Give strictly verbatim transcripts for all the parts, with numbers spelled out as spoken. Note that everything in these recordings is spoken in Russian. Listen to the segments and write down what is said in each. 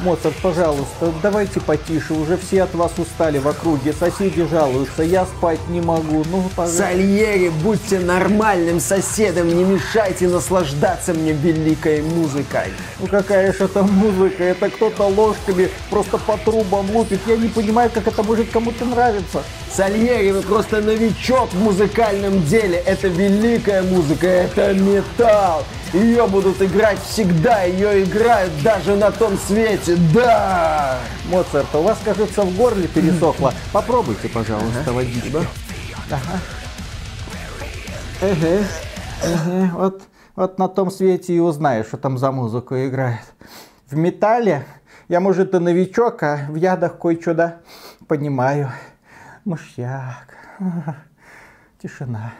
Моцарт, пожалуйста, давайте потише, уже все от вас устали в округе, соседи жалуются, я спать не могу, ну, пожалуйста. Сальери, будьте нормальным соседом, не мешайте наслаждаться мне великой музыкой. Ну какая же это музыка, это кто-то ложками просто по трубам лупит, я не понимаю, как это может кому-то нравиться. Сальери, вы просто новичок в музыкальном деле, это великая музыка, это металл. Ее будут играть всегда, ее играют даже на том свете, да! Моцарт, у вас, кажется, в горле пересохло. Попробуйте, пожалуйста, ага. водички. Ага. Эге, эге. Вот, вот на том свете и узнаешь, что там за музыку играет. В металле я, может, и новичок, а в ядах кое-что, да, понимаю. Мышьяк. Тишина.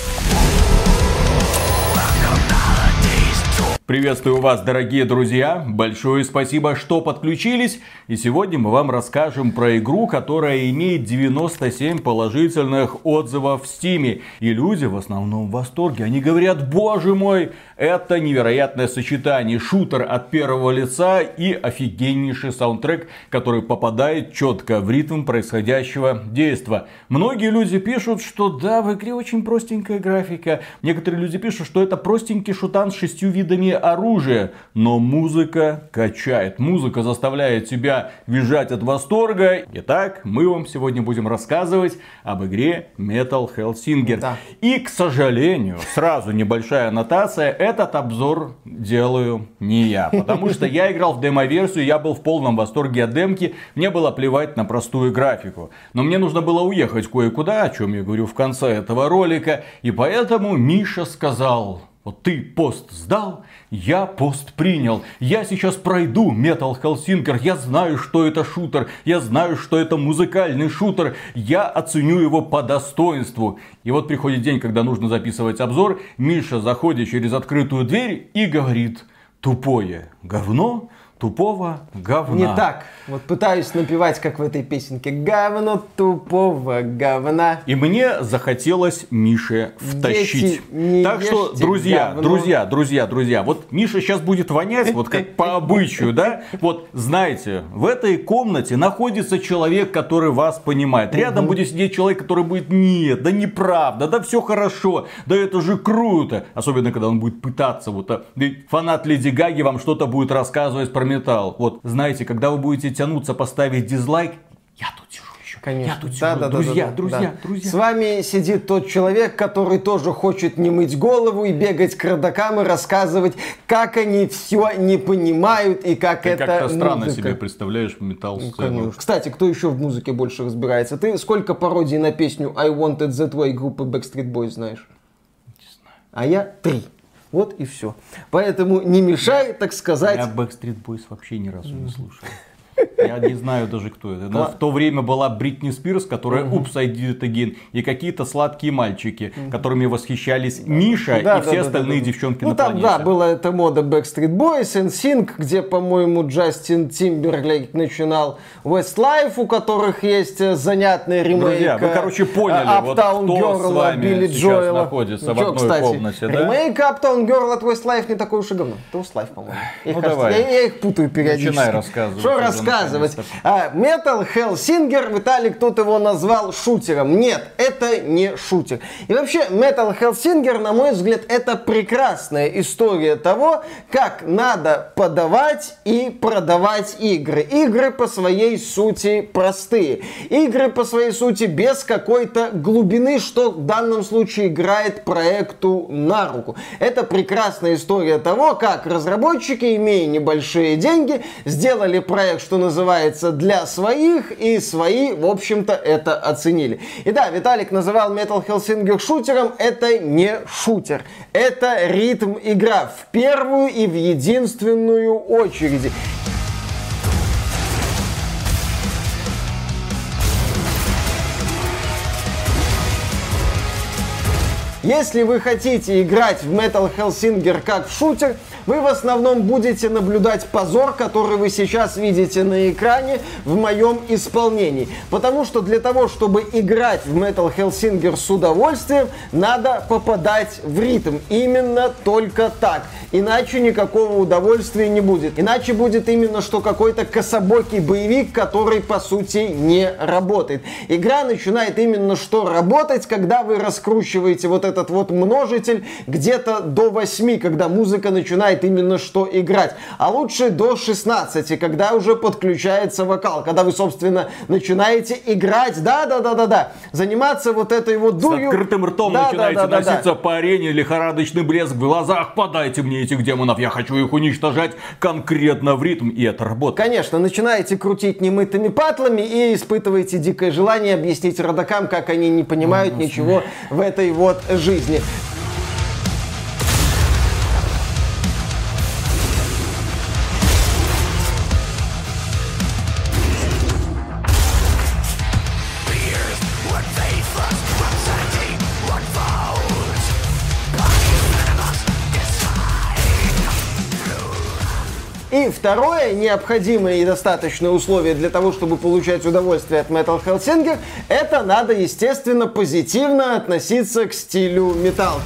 Приветствую вас, дорогие друзья! Большое спасибо, что подключились. И сегодня мы вам расскажем про игру, которая имеет девяносто семь положительных отзывов в Стиме. И люди в основном в восторге. Они говорят: боже мой, это невероятное сочетание. Шутер от первого лица и офигеннейший саундтрек, который попадает четко в ритм происходящего действия. Многие люди пишут, что да, в игре очень простенькая графика. Некоторые люди пишут, что это простенький шутан с шестью видами оружия, но музыка качает, музыка заставляет тебя визжать от восторга. Итак, мы вам сегодня будем рассказывать об игре Metal Hellsinger. Да. И, к сожалению, сразу небольшая аннотация, этот обзор делаю не я, потому что я играл в демо-версию, я был в полном восторге от демки, мне было плевать на простую графику. Но мне нужно было уехать кое-куда, о чем я говорю в конце этого ролика, и поэтому Миша сказал: вот ты пост сдал, я пост принял. Я сейчас пройду Metal Hellsinger. Я знаю, что это шутер. Я знаю, что это музыкальный шутер. Я оценю его по достоинству. И вот приходит день, когда нужно записывать обзор. Миша заходит через открытую дверь и говорит: тупое говно тупого говна. Не так. Вот пытаюсь напевать, как в этой песенке. Говно тупого говна. И мне захотелось Мише втащить. Так что, друзья, говно. друзья, друзья, друзья, вот Миша сейчас будет вонять, вот как по обычаю, да? Вот, знаете, в этой комнате находится человек, который вас понимает. Рядом будет сидеть человек, который будет: нет, да неправда, да все хорошо, да это же круто. Особенно, когда он будет пытаться, вот, фанат Леди Гаги вам что-то будет рассказывать про металл. Вот, знаете, когда вы будете тянуться поставить дизлайк, я тут сижу еще. Конечно. Я тут да, сижу. Да, друзья, да, друзья, да. друзья. С вами сидит тот человек, который тоже хочет не мыть голову и бегать к родакам и рассказывать, как они все не понимают и как Ты это как-то музыка. странно себе представляешь металл-сцену. Ну, кстати, кто еще в музыке больше разбирается? Ты сколько пародий на песню I Want It That Way группы Backstreet Boys знаешь? Не знаю. А я три. Вот и все. Поэтому не мешай, так сказать. Я Backstreet Boys вообще ни разу не слушал. Я не знаю даже, кто это. Но в то время была Бритни Спирс, которая Oops, I Did It Again. И какие-то сладкие мальчики, которыми восхищались Миша да, и да, все да, остальные да, да. девчонки ну, на там, планете. Да, была эта мода Backstreet Boys, эн синк, где, по-моему, Джастин Тимберлейк начинал. Westlife, у которых есть занятный ремейк. Друзья, вы, короче, поняли, вот Uptown кто Girl с вами Билли сейчас Джоэла. находится Ну, в чё, одной кстати, комнате, да? Ремейк Uptown Girl от Westlife не такой уж и говно. Это Westlife, по-моему. Ну, кажется, давай. Я, я их путаю периодически. Начинай рассказывать. Что рассказывать? А, Metal Hellsinger, Виталик тут его назвал шутером. Нет, это не шутер. И вообще, Metal Hellsinger, на мой взгляд, это прекрасная история того, как надо подавать и продавать игры. Игры по своей сути простые. Игры по своей сути без какой-то глубины, что в данном случае играет проекту на руку. Это прекрасная история того, как разработчики, имея небольшие деньги, сделали проект, что называется, для своих, и свои, в общем-то, это оценили. И да, Виталик называл Metal Hellsinger шутером. Это не шутер. Это ритм игра в первую и в единственную очередь. Если вы хотите играть в Metal Hellsinger как в шутер, вы в основном будете наблюдать позор, который вы сейчас видите на экране в моем исполнении. Потому что для того, чтобы играть в Metal Hellsinger с удовольствием, надо попадать в ритм. Именно только так. Иначе никакого удовольствия не будет. Иначе будет именно что какой-то кособокий боевик, который по сути не работает. Игра начинает именно что работать, когда вы раскручиваете вот этот вот множитель где-то до восьми, когда музыка начинает именно что играть. А лучше до шестнадцати, когда уже подключается вокал, когда вы, собственно, начинаете играть, да-да-да-да-да, заниматься вот этой вот дурью. С открытым ртом да, начинаете да, да, носиться да, да. по арене, лихорадочный блеск в глазах, подайте мне этих демонов, я хочу их уничтожать конкретно в ритм, и это работает. Конечно, начинаете крутить немытыми патлами и испытываете дикое желание объяснить родакам, как они не понимают О, ничего в этой вот жизни. И второе необходимое и достаточное условие для того, чтобы получать удовольствие от Metal Hellsinger, это надо, естественно, позитивно относиться к стилю металл.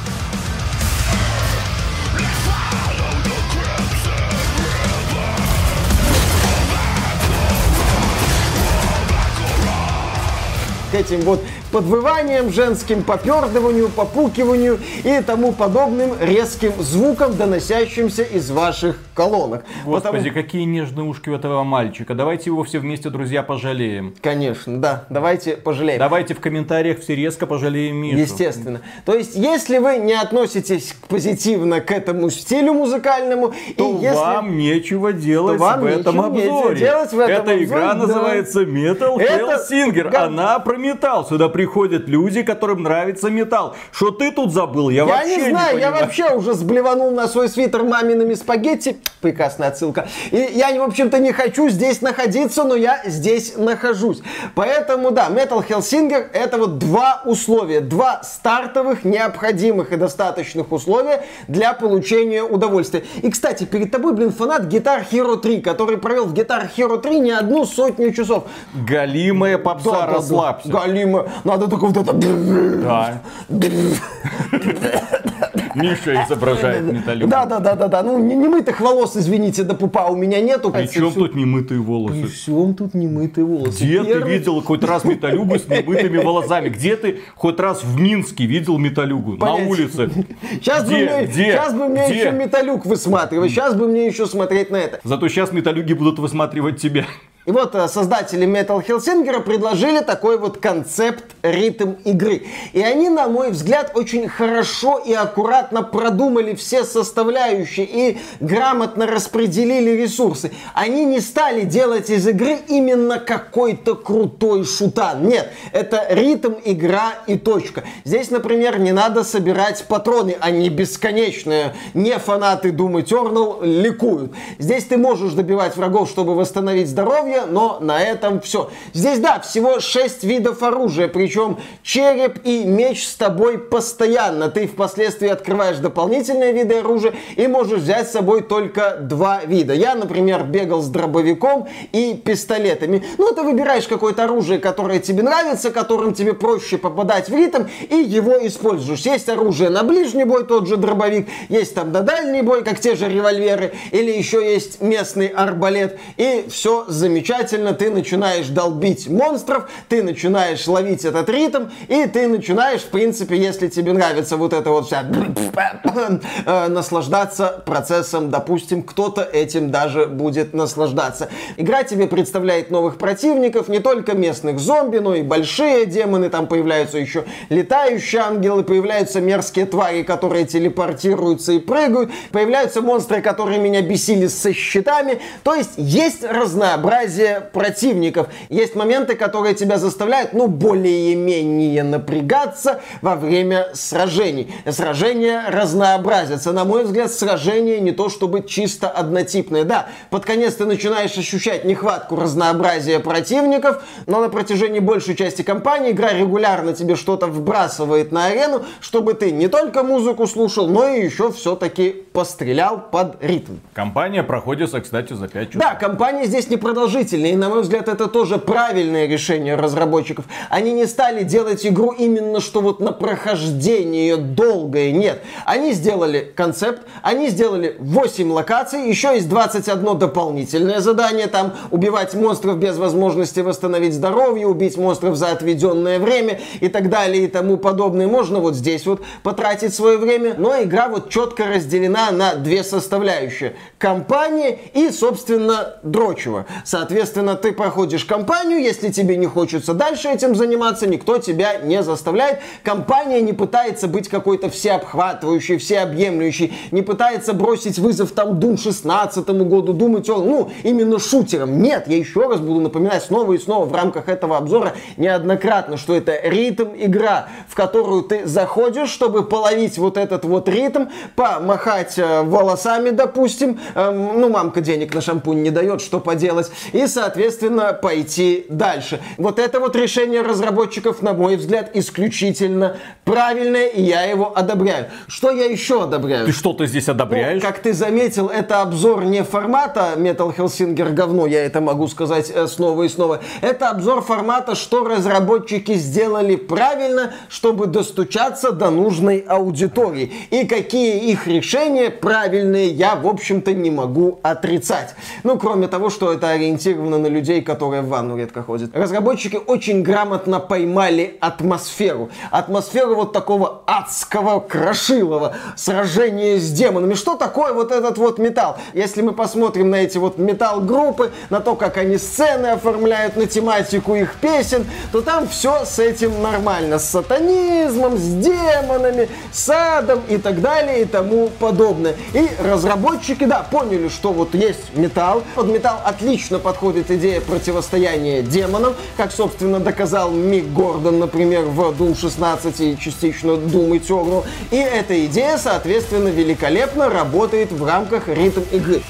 К этим вот подвыванием женским, попердыванию, попукиванию и тому подобным резким звукам, доносящимся из ваших колонок. Господи, Потому... какие нежные ушки у этого мальчика. Давайте его все вместе, друзья, пожалеем. Конечно, да. Давайте пожалеем. Давайте в комментариях все резко пожалеем Мишу. Естественно. То есть, если вы не относитесь позитивно к этому стилю музыкальному, то и если... вам нечего делать вам в этом обзоре. Делать в этом Эта обзоре, игра да. называется Metal Это... Hellsinger. Да. Она про металл. Сюда приходят люди, которым нравится металл. Что ты тут забыл? Я, я вообще не знаю, не я понимаю. вообще уже сблеванул на свой свитер мамиными спагетти. Прекрасная отсылка. И я, в общем-то, не хочу здесь находиться, но я здесь нахожусь. Поэтому, да, Metal Hellsinger — это вот два условия. Два стартовых, необходимых и достаточных условия для получения удовольствия. И, кстати, перед тобой, блин, фанат Guitar Hero три, который провел в Guitar Hero три не одну сотню часов. Галимая попса, Да, да, расслабься. да. Галимая. Надо только вот это... Да. Миша изображает металлюгу. Да, да, да, да, да. Ну, немытых волос, извините, до пупа у меня нету. При чем тут немытые волосы? При всем тут немытые волосы. Где Первый... ты видел хоть раз металюгу с немытыми волосами? Где ты хоть раз в Минске видел металюгу? Понятно. На улице. Сейчас бы мне, Где? сейчас бы мне Где? еще металюк высматривать, сейчас бы мне еще смотреть на это. Зато сейчас металюги будут высматривать тебя. И вот создатели Metal Hellsinger предложили такой вот концепт ритм игры. И они, на мой взгляд, очень хорошо и аккуратно продумали все составляющие и грамотно распределили ресурсы. Они не стали делать из игры именно какой-то крутой шутан. Нет, это ритм, игра и точка. Здесь, например, не надо собирать патроны, они бесконечные. Не фанаты Doom Eternal ликуют. Здесь ты можешь добивать врагов, чтобы восстановить здоровье, но на этом все. Здесь, да, всего шесть видов оружия, причем череп и меч с тобой постоянно. Ты впоследствии открываешь дополнительные виды оружия и можешь взять с собой только два вида. Я, например, бегал с дробовиком и пистолетами. Ну, ты выбираешь какое-то оружие, которое тебе нравится, которым тебе проще попадать в ритм, и его используешь. Есть оружие на ближний бой, тот же дробовик, есть там на дальний бой, как те же револьверы, или еще есть местный арбалет, и все замечательно. Ты начинаешь долбить монстров, ты начинаешь ловить этот ритм, и ты начинаешь, в принципе, если тебе нравится вот это вот вся наслаждаться процессом, допустим, кто-то этим даже будет наслаждаться. Игра тебе представляет новых противников, не только местных зомби, но и большие демоны, там появляются еще летающие ангелы, появляются мерзкие твари, которые телепортируются и прыгают, появляются монстры, которые меня бесили со щитами, то есть есть разнообразие разнообразие противников. Есть моменты, которые тебя заставляют, ну, более-менее напрягаться во время сражений. Сражения разнообразятся. На мой взгляд, сражения не то чтобы чисто однотипные. Да, под конец ты начинаешь ощущать нехватку разнообразия противников, но на протяжении большей части кампании игра регулярно тебе что-то вбрасывает на арену, чтобы ты не только музыку слушал, но и еще все-таки пострелял под ритм. Кампания проходится, кстати, за пять часов. Да, кампания здесь непродолжительная, и, на мой взгляд, это тоже правильное решение разработчиков. Они не стали делать игру именно что вот на прохождение долгое, нет. Они сделали концепт, они сделали восемь локаций, еще есть двадцать одно дополнительное задание, там убивать монстров без возможности восстановить здоровье, убить монстров за отведенное время и так далее и тому подобное. Можно вот здесь вот потратить свое время, но игра вот четко разделена на две составляющие. Кампания и, собственно, дрочево. Соответственно, ты проходишь кампанию, если тебе не хочется дальше этим заниматься, никто тебя не заставляет. Кампания не пытается быть какой-то всеобхватывающей, всеобъемлющей, не пытается бросить вызов там Doom шестнадцатому году, Doom Eternal, ну, именно шутером. Нет, я еще раз буду напоминать снова и снова в рамках этого обзора неоднократно, что это ритм игра, в которую ты заходишь, чтобы половить вот этот вот ритм, помахать э, волосами, допустим, э, ну, мамка денег на шампунь не дает, что поделать, и, соответственно, пойти дальше. Вот это вот решение разработчиков, на мой взгляд, исключительно правильное, и я его одобряю. Что я еще одобряю? Ты что-то здесь одобряешь? Ну, как ты заметил, это обзор не формата Metal Hellsinger говно, я это могу сказать э, снова и снова. Это обзор формата, что разработчики сделали правильно, чтобы достучаться до нужной аудитории. И какие их решения правильные, я, в общем-то, не могу отрицать. Ну, кроме того, что это ориентировано на людей, которые в ванну редко ходят. Разработчики очень грамотно поймали атмосферу. Атмосферу вот такого адского, крошилого сражения с демонами. Что такое вот этот вот металл? Если мы посмотрим на эти вот металл-группы, на то, как они сцены оформляют, на тематику их песен, то там все с этим нормально. С сатанизмом, с демонами, с адом и так далее и тому подобное. И разработчики, да, поняли, что вот есть металл. Под металл отлично подходит идея противостояния демонам, как, собственно, доказал Мик Гордон, например, в Doom шестнадцать и частично Doom Eternal. И эта идея, соответственно, великолепно работает в рамках ритм игры.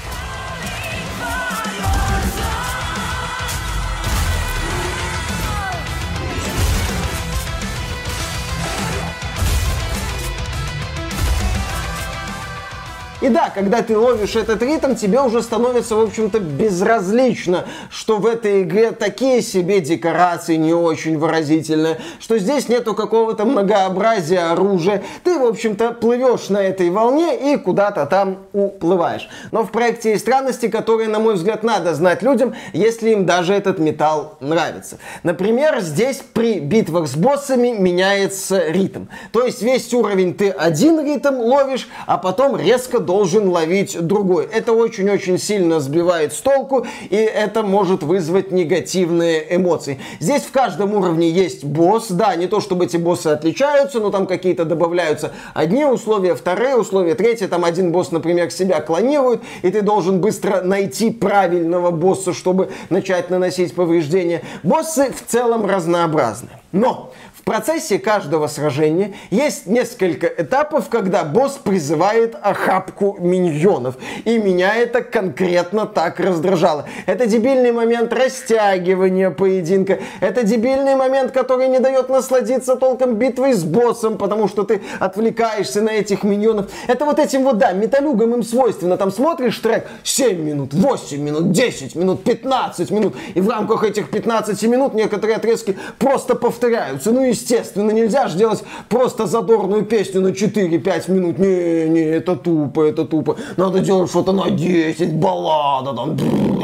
И да, когда ты ловишь этот ритм, тебе уже становится, в общем-то, безразлично, что в этой игре такие себе декорации не очень выразительные, что здесь нету какого-то многообразия оружия. Ты, в общем-то, плывешь на этой волне и куда-то там уплываешь. Но в проекте есть странности, которые, на мой взгляд, надо знать людям, если им даже этот металл нравится. Например, здесь при битвах с боссами меняется ритм. То есть весь уровень ты один ритм ловишь, а потом резко должен ловить другой. Это очень-очень сильно сбивает с толку, и это может вызвать негативные эмоции. Здесь в каждом уровне есть босс. Да, не то чтобы эти боссы отличаются, но там какие-то добавляются одни условия, вторые условия, третьи. Там один босс, например, себя клонирует, и ты должен быстро найти правильного босса, чтобы начать наносить повреждения. Боссы в целом разнообразны. Но в процессе каждого сражения есть несколько этапов, когда босс призывает охапку миньонов. И меня это конкретно так раздражало. Это дебильный момент растягивания поединка. Это дебильный момент, который не дает насладиться толком битвой с боссом, потому что ты отвлекаешься на этих миньонов. Это вот этим вот, да, металлюгам им свойственно. Там смотришь трек семь минут, восемь минут, десять минут, пятнадцать минут. И в рамках этих пятнадцати минут некоторые отрезки просто повторяются. Ну, естественно, нельзя же делать просто задорную песню на четыре-пять минут. Не, не, это тупо, это тупо. Надо делать что-то на десять, баллада там.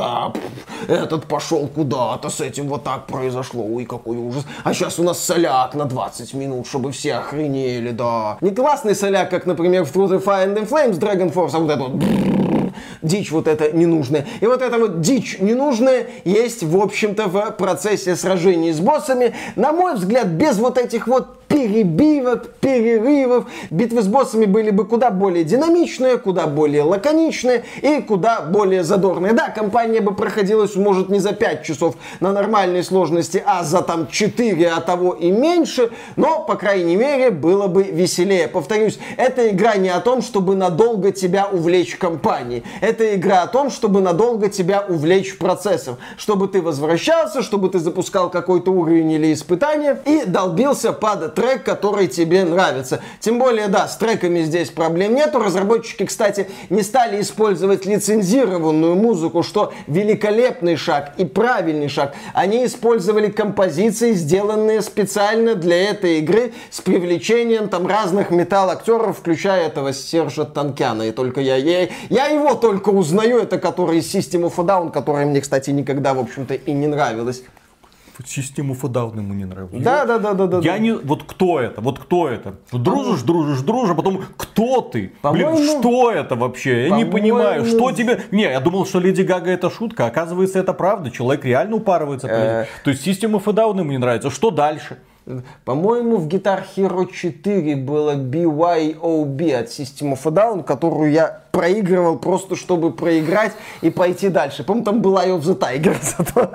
Этот пошел куда-то, с этим вот так произошло. Ой, какой ужас. А сейчас у нас соляк на двадцать минут, чтобы все охренели, да. Не классный соляк, как, например, в Through the Fire and the Flames, Dragon Force, а вот это вот дичь вот эта ненужная. И вот эта вот дичь ненужная есть, в общем-то, в процессе сражений с боссами. На мой взгляд, без вот этих вот перебивок, перерывов. Битвы с боссами были бы куда более динамичные, куда более лаконичные и куда более задорные. Да, кампания бы проходилась, может, не за пять часов на нормальной сложности, а за там четыре, а того и меньше, но, по крайней мере, было бы веселее. Повторюсь, эта игра не о том, чтобы надолго тебя увлечь кампанией. Это игра о том, чтобы надолго тебя увлечь процессом. Чтобы ты возвращался, чтобы ты запускал какой-то уровень или испытание и долбился под трек, который тебе нравится. Тем более, да, с треками здесь проблем нету. Разработчики, кстати, не стали использовать лицензированную музыку, что великолепный шаг и правильный шаг. Они использовали композиции, сделанные специально для этой игры, с привлечением там разных металл-актеров, включая этого Сержа Танкяна. И только я, я, я его только узнаю, это который из System of a Down, которая мне, кстати, никогда, в общем-то, и не нравилась. Систему of a Down ему не нравится. Да, да, да, да, да. Я не... Вот кто это? Вот кто это? Дружишь, дружишь, дружишь, а потом кто ты? Блин, что это вообще? Я не понимаю. Что тебе... Не, я думал, что Леди Гага это шутка. Оказывается, это правда. Человек реально упарывается. То есть System of a Down ему не нравится. Что дальше? По-моему, в Guitar Hero четыре было би уай о би от System of a Down, которую я проигрывал просто, чтобы проиграть и пойти дальше. По-моему, там была Eye of the Tiger зато.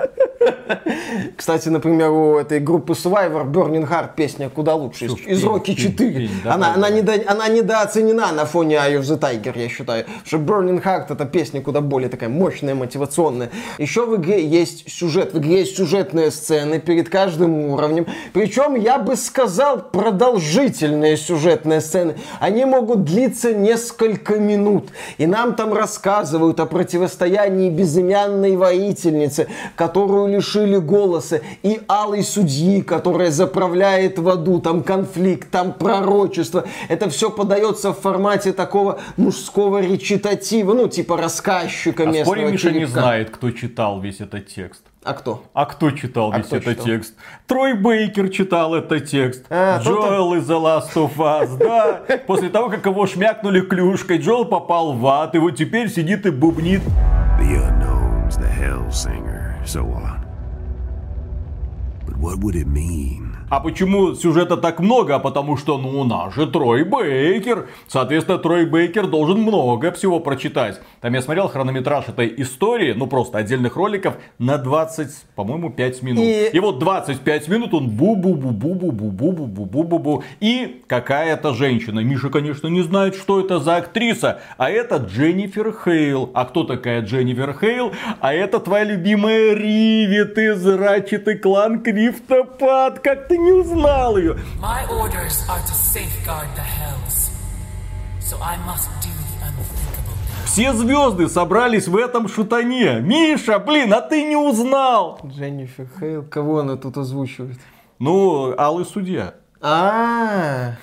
Кстати, например, у этой группы Survivor Burning Heart песня куда лучше. Из, из Rocky четыре. Да, она, она, недо, она недооценена на фоне Eye of the Tiger, я считаю. Потому что Burning Heart это песня куда более такая мощная, мотивационная. Еще в игре есть сюжет. В игре есть сюжетные сцены перед каждым уровнем. Причем, я бы сказал, продолжительные сюжетные сцены. Они могут длиться несколько минут. И нам там рассказывают о противостоянии безымянной воительницы, которую лишили голоса, и алой судьи, которая заправляет в аду, там конфликт, там пророчество. Это все подается в формате такого мужского речитатива, ну, типа рассказчика местного. А спорим, Миша черепка. Не знает, кто читал весь этот текст. А кто? А кто читал а весь кто этот читал? текст? Трой Бейкер читал этот текст. А, Джоэл из The Last of Us, да. После того, как его шмякнули клюшкой, Джоэл попал в ад, и вот теперь сидит и бубнит. The unknown's the Hellsinger, so on. But what would it mean? А почему сюжета так много? А потому что, ну, у нас же Трой Бейкер. Соответственно, Трой Бейкер должен много всего прочитать. Там я смотрел хронометраж этой истории, ну, просто отдельных роликов, на двадцать, по-моему, пять минут. И, и вот двадцать пять минут он бу-бу-бу-бу-бу-бу-бу-бу-бу-бу-бу. И какая-то женщина. Миша, конечно, не знает, что это за актриса. А это Дженнифер Хейл. А кто такая Дженнифер Хейл? А это твоя любимая Ривет из Ratchet и Clank Rift Apart. Как ты не узнал ее? My orders are to safeguard the hells. So I must do the unthinkable. Все звезды собрались в этом шутане. Миша, блин, а ты не узнал? Дженнифер Хейл, кого она тут озвучивает? Ну, Алый судья. А-а-а.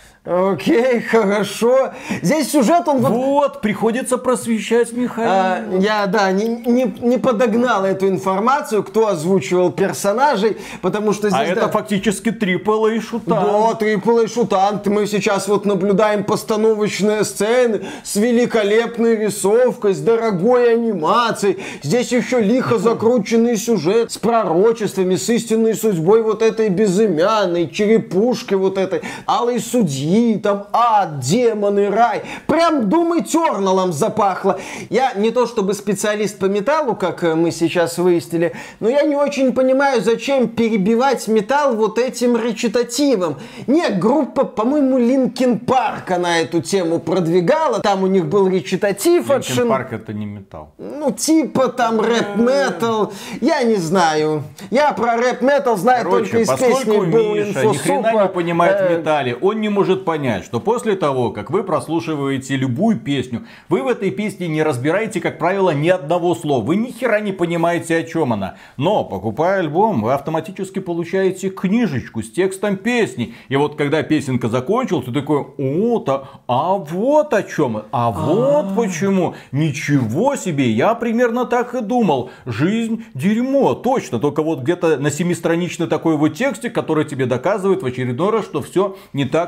Окей, хорошо. Здесь сюжет, он вот... Вот, приходится просвещать Михаила. А, я, да, не, не, не подогнал эту информацию, кто озвучивал персонажей, потому что здесь... А да, это фактически трипл эй шутан. Да, трипл эй шутан. Мы сейчас вот наблюдаем постановочные сцены с великолепной рисовкой, с дорогой анимацией. Здесь еще лихо закрученный сюжет с пророчествами, с истинной судьбой вот этой безымянной, черепушки вот этой, алой судьи. Там ад, демоны, рай. Прям Doom Eternal'ом запахло. Я не то чтобы специалист по металлу, как мы сейчас выяснили, но я не очень понимаю, зачем перебивать металл вот этим речитативом. Нет, группа, по-моему, Linkin Park на эту тему продвигала. Там у них был речитатив. Linkin Park это не металл. Ну, типа там рэп-метал. Я не знаю. Я про рэп-метал знаю Короче, только из песни Bowling Миша for ни хрена Soup. не понимает Э, в металле. Он не может понять, что после того, как вы прослушиваете любую песню, вы в этой песне не разбираете, как правило, ни одного слова. Вы ни хера не понимаете, о чем она. Но, покупая альбом, вы автоматически получаете книжечку с текстом песни. И вот когда песенка закончилась, ты такой, о-то, а вот о чем, а вот почему. Ничего себе, я примерно так и думал. Жизнь дерьмо, точно. Только вот где-то на семистраничный такой вот текстик, который тебе доказывает в очередной раз, что все не так хорошо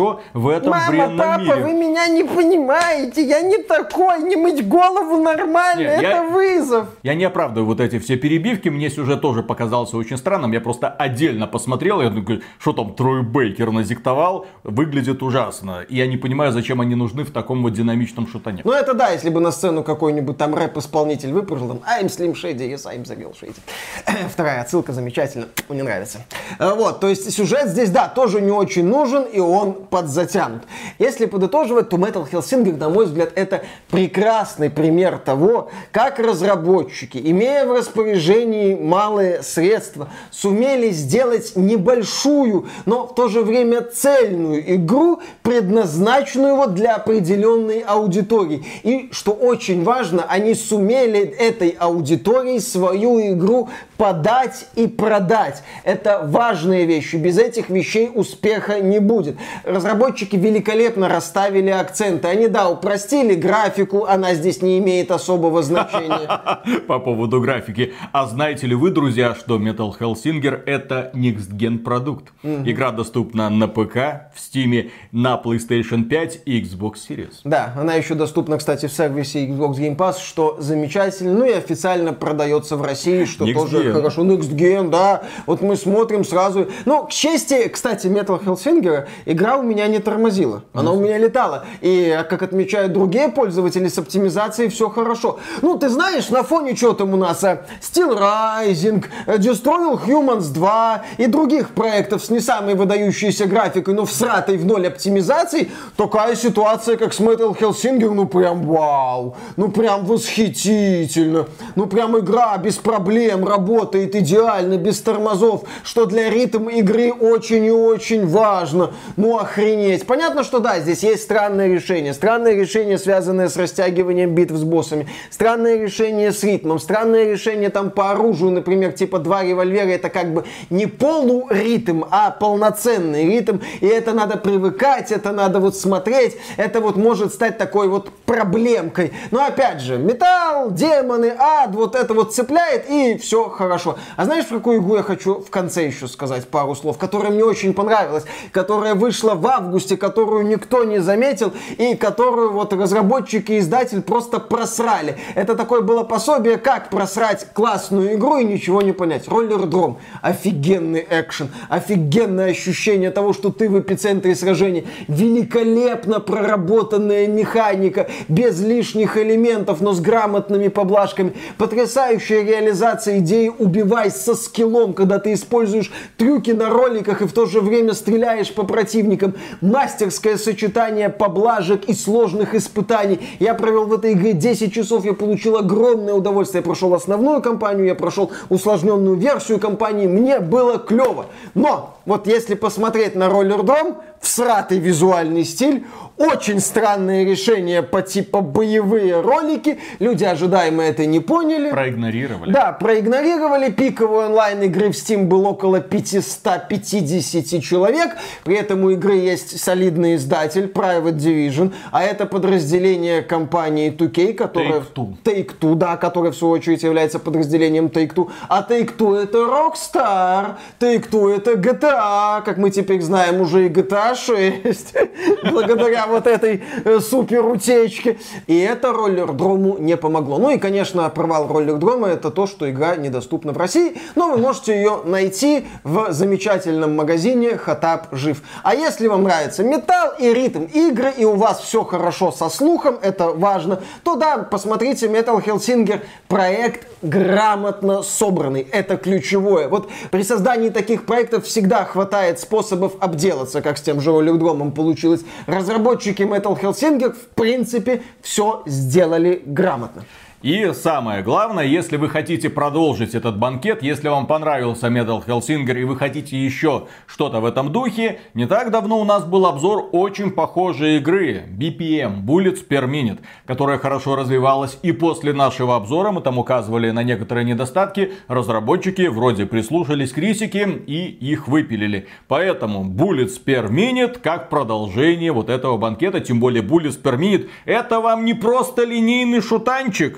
хорошо в этом Мама, бренном папа, мире. вы меня не понимаете, я не такой, не мыть голову нормально, Не, это я- вызов. Я не оправдываю вот эти все перебивки, мне сюжет тоже показался очень странным, я просто отдельно посмотрел, я думаю, что там Трой Бейкер надиктовал, выглядит ужасно. И я не понимаю, зачем они нужны в таком вот динамичном шутане. Ну это да, если бы на сцену какой-нибудь там рэп-исполнитель выпрыгнул, там I'm Slim Shady, yes, I'm the real Shady. Вторая отсылка замечательно, мне нравится. Э, Вот, то есть сюжет здесь, да, тоже не очень нужен, и он подзатянут. Если подытоживать, то Metal Hellsinger, на мой взгляд, это прекрасный пример того, как разработчики, имея в распоряжении малые средства, сумели сделать небольшую, но в то же время цельную игру, предназначенную вот для определенной аудитории. И, что очень важно, они сумели этой аудитории свою игру подать и продать. Это важные вещи. Без этих вещей успеха не будет. Разработчики великолепно расставили акценты. Они, да, упростили графику, она здесь не имеет особого значения. По поводу графики. А знаете ли вы, друзья, что Metal Hellsinger это Next Gen продукт? Игра доступна на ПК, в Steam, на PlayStation пять и Xbox Series. Да, она еще доступна, кстати, в сервисе Xbox Game Pass, что замечательно. Ну и официально продается в России, что Next тоже Gen. хорошо. Next Gen, да. Вот мы смотрим сразу. Ну, к чести, кстати, Metal Hellsinger игра у меня не тормозила. Она у меня летала. И, как отмечают другие пользователи, с оптимизацией все хорошо. Ну, ты знаешь, на фоне чего там у нас а, Steel Rising, а, Destroy All Humans два и других проектов с не самой выдающейся графикой, но всратой в ноль оптимизации, такая ситуация, как с Metal Hellsinger, ну прям вау, ну прям восхитительно, ну прям игра без проблем работает идеально, без тормозов, что для ритм игры очень и очень важно. Ну охренеть. Понятно, что да, здесь есть странное решение. Странное решение, связанное с растягиванием битв с боссами. Странное решение с ритмом. Странное решение там по оружию, например, типа два револьвера, это как бы не полуритм, а полноценный ритм. И это надо привыкать, это надо вот смотреть. Это вот может стать такой вот проблемкой. Но опять же, металл, демоны, ад, вот это вот цепляет и все хорошо. А знаешь, в какую игру я хочу в конце еще сказать пару слов, которая мне очень понравилась, которая вышла в августе, которую никто не заметил и которую вот разработчики и издатель просто просрали. Это такое было пособие, как просрать классную игру и ничего не понять. Роллердром. Офигенный экшен, офигенное ощущение того, что ты в эпицентре сражения. Великолепно проработанная механика, без лишних элементов, но с грамотными поблажками. Потрясающая реализация идеи «убивай со скиллом», когда ты используешь трюки на роликах и в то же время стреляешь по противникам. Мастерское сочетание поблажек и сложных испытаний. Я провел в этой игре десять часов, я получил огромное удовольствие. Я прошел основную кампанию, я прошел усложненную версию кампании. Мне было клево. Но вот если посмотреть на Роллердром, всратый визуальный стиль, очень странные решения по типу боевые ролики. Люди ожидаемо это не поняли. Проигнорировали. Да, проигнорировали. Пиковый онлайн игры в Steam был около пятьсот пятьдесят человек. При этом у игры есть солидный издатель Private Division, а это подразделение компании ту кей, которая... Take-Two. Take-Two, да, которая в свою очередь является подразделением Take-Two. А Take-Two это Rockstar. Take-Two это джи ти эй, как мы теперь знаем, уже и джи ти эй шесть. Благодаря вот этой э, супер утечке. И это Роллердрому не помогло. Ну и, конечно, провал Роллердрома это то, что игра недоступна в России, но вы можете ее найти в замечательном магазине Хотап Жив. А если вам нравится металл и ритм игры, и у вас все хорошо со слухом, это важно, то да, посмотрите Metal Hellsinger. Проект грамотно собранный. Это ключевое. Вот при создании таких проектов всегда хватает способов обделаться, как с тем же Роллердромом получилось. Разработчики Metal Hellsinger в принципе все сделали грамотно. И самое главное, если вы хотите продолжить этот банкет, если вам понравился Metal Hellsinger и вы хотите еще что-то в этом духе, не так давно у нас был обзор очень похожей игры би пи эм, Bullets Per Minute, которая хорошо развивалась, и после нашего обзора мы там указывали на некоторые недостатки, разработчики вроде прислушались к критике и их выпилили. Поэтому Bullets Per Minute как продолжение вот этого банкета, тем более Bullets Per Minute это вам не просто линейный шутанчик.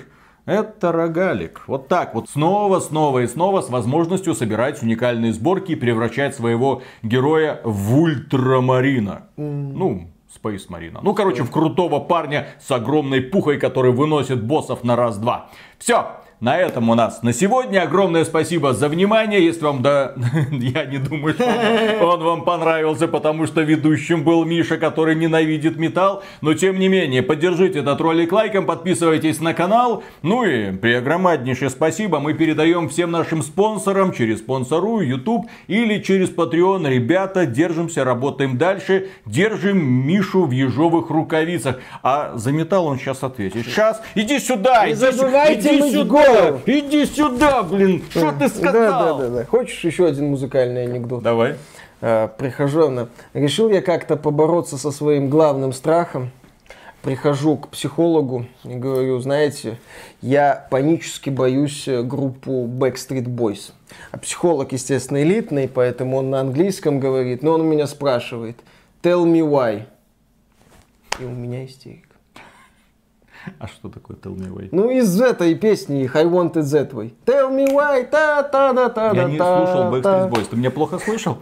Это рогалик. Вот так вот снова, снова и снова с возможностью собирать уникальные сборки и превращать своего героя в ультрамарина. Mm. Ну, Space Marine. Ну, короче, в крутого парня с огромной пухой, который выносит боссов на раз-два. Все. На этом у нас на сегодня. Огромное спасибо за внимание. Если вам, да, я не думаю, что он вам понравился, потому что ведущим был Миша, который ненавидит металл. Но тем не менее, поддержите этот ролик лайком, подписывайтесь на канал. Ну и преогромаднейшее спасибо мы передаем всем нашим спонсорам через Спонсору, YouTube или через Patreon. Ребята, держимся, работаем дальше. Держим Мишу в ежовых рукавицах. А за металл он сейчас ответит. Сейчас, иди сюда, не иди, забывайте иди сюда. Иди сюда, блин, что ты сказал? Да, да, да, да. Хочешь еще один музыкальный анекдот? Давай. А, прихожу на... Решил я как-то побороться со своим главным страхом. Прихожу к психологу и говорю, знаете, я панически боюсь группу Backstreet Boys. А психолог, естественно, элитный, поэтому он на английском говорит, но он меня спрашивает, tell me why. И у меня истерика. А что такое Tell Me Why? Ну, из этой песни их I Want It That Way. Tell me why, та-та-та-та-та. Я не слушал Backstreet Boys. Ты меня плохо слышал?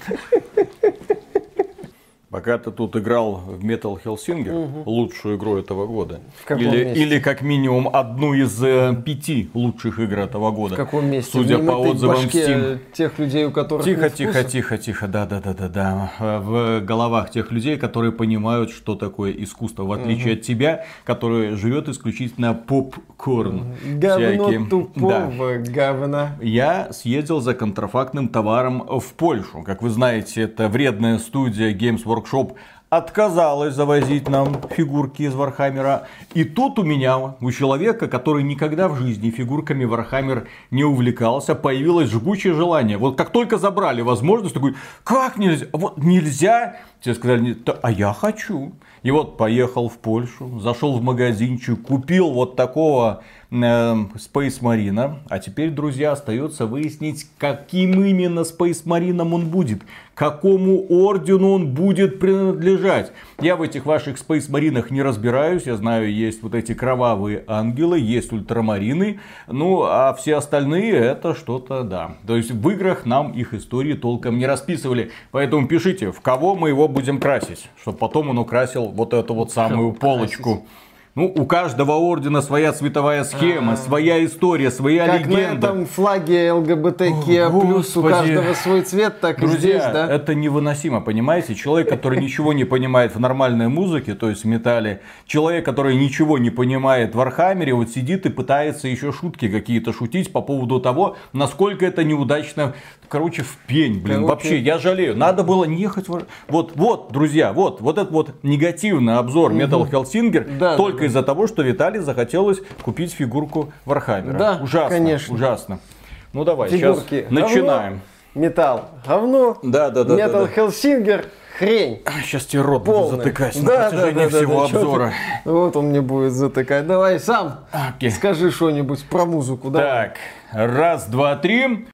Пока ты тут играл в Metal Hellsinger, угу. лучшую игру этого года. В каком или, месте? или как минимум одну из э, пяти лучших игр этого года. В каком месте? Судя по отзывам в Steam. Тех людей, у которых Тихо, нет тихо, вкуса? тихо, тихо, да, да, да, да, да. В головах тех людей, которые понимают, что такое искусство, в отличие угу. от тебя, который живет исключительно попкорн. Говно всякие. тупого Да. говна. Я съездил за контрафактным товаром в Польшу. Как вы знаете, это вредная студия Games Workshop отказалась завозить нам фигурки из Вархаммера. И тут у меня, у человека, который никогда в жизни фигурками Вархаммер не увлекался, появилось жгучее желание. Вот как только забрали возможность, такой, как нельзя? Вот нельзя? Тебе сказали, а я хочу. И вот поехал в Польшу, зашел в магазинчик, купил вот такого э, Space Marine. А теперь, друзья, остается выяснить, каким именно Space Marine он будет. Какому ордену он будет принадлежать. Я в этих ваших Space Marine не разбираюсь. Я знаю, есть вот эти кровавые ангелы, есть ультрамарины. Ну, а все остальные это что-то, да. То есть в играх нам их истории толком не расписывали. Поэтому пишите, в кого мы его будем красить. Чтобы потом он украсил вот эту вот самую полочку. Ну, у каждого ордена своя цветовая схема, А-а-а. своя история, своя как легенда. Как на этом флаге ЛГБТК+, плюс у каждого свой цвет, так Друзья, и здесь, да? это невыносимо, понимаете? Человек, который ничего не понимает в нормальной музыке, то есть в металле, человек, который ничего не понимает в Вархаммере, вот сидит и пытается еще шутки какие-то шутить по поводу того, насколько это неудачно. Короче, в пень, блин, Короче... вообще, я жалею. Надо было не ехать в... Вот, вот, друзья, вот, вот этот вот негативный обзор угу. Metal Hellsinger да, только да, из-за да. того, что Виталий захотелось купить фигурку Вархаммера. Да, ужасно, конечно. Ужасно. Ну давай, Фигурки. сейчас начинаем. Металл говно, да, да, да, Metal да, да. Hellsinger хрень. Сейчас тебе рот Полный. буду затыкать да, на протяжении да, да, всего да, обзора. Ты... Вот он мне будет затыкать. Давай сам Окей. скажи что-нибудь про музыку. Так, давай. раз, два, три.